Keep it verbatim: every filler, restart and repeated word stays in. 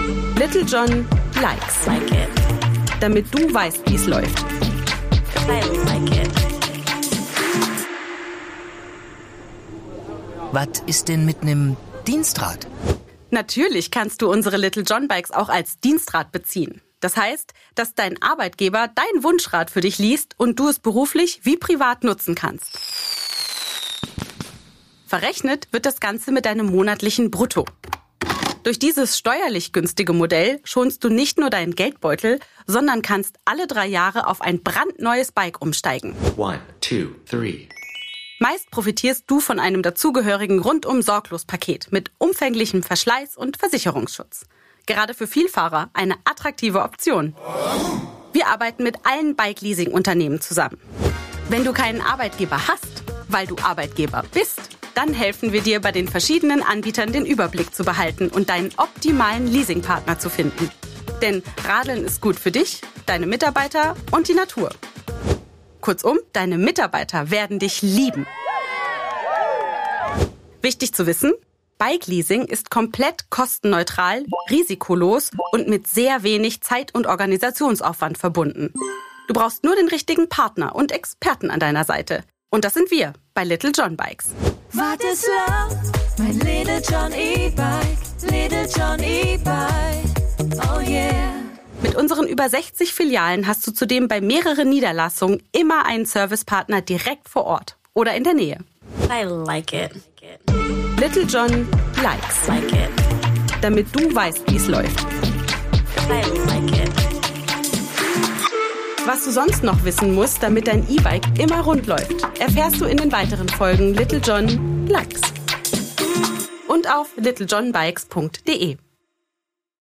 Little John likes. Like it. Damit du weißt, wie es läuft. I like it. Was ist denn mit nem Dienstrad? Natürlich kannst du unsere Little John Bikes auch als Dienstrad beziehen. Das heißt, dass dein Arbeitgeber dein Wunschrad für dich liest und du es beruflich wie privat nutzen kannst. Verrechnet wird das Ganze mit deinem monatlichen Brutto. Durch dieses steuerlich günstige Modell schonst du nicht nur deinen Geldbeutel, sondern kannst alle drei Jahre auf ein brandneues Bike umsteigen. One, two, three. Meist profitierst du von einem dazugehörigen Rundum-Sorglos-Paket mit umfänglichem Verschleiß- und Versicherungsschutz. Gerade für Vielfahrer eine attraktive Option. Wir arbeiten mit allen Bike-Leasing-Unternehmen zusammen. Wenn du keinen Arbeitgeber hast, weil du Arbeitgeber bist, dann helfen wir dir, bei den verschiedenen Anbietern den Überblick zu behalten und deinen optimalen Leasingpartner zu finden. Denn Radeln ist gut für dich, deine Mitarbeiter und die Natur. Kurzum, deine Mitarbeiter werden dich lieben. Wichtig zu wissen, Bike-Leasing ist komplett kostenneutral, risikolos und mit sehr wenig Zeit- und Organisationsaufwand verbunden. Du brauchst nur den richtigen Partner und Experten an deiner Seite. Und das sind wir bei Little John Bikes. Was ist los? Mein Little John E-Bike, Little John E-Bike, oh yeah. Mit unseren über sechzig Filialen hast du zudem bei mehreren Niederlassungen immer einen Servicepartner direkt vor Ort oder in der Nähe. I like it. Little John likes. Like it. Damit du weißt, wie es läuft. I like it. Was du sonst noch wissen musst, damit dein E-Bike immer rund läuft, erfährst du in den weiteren Folgen Little John likes. Und auf little john bikes punkt de.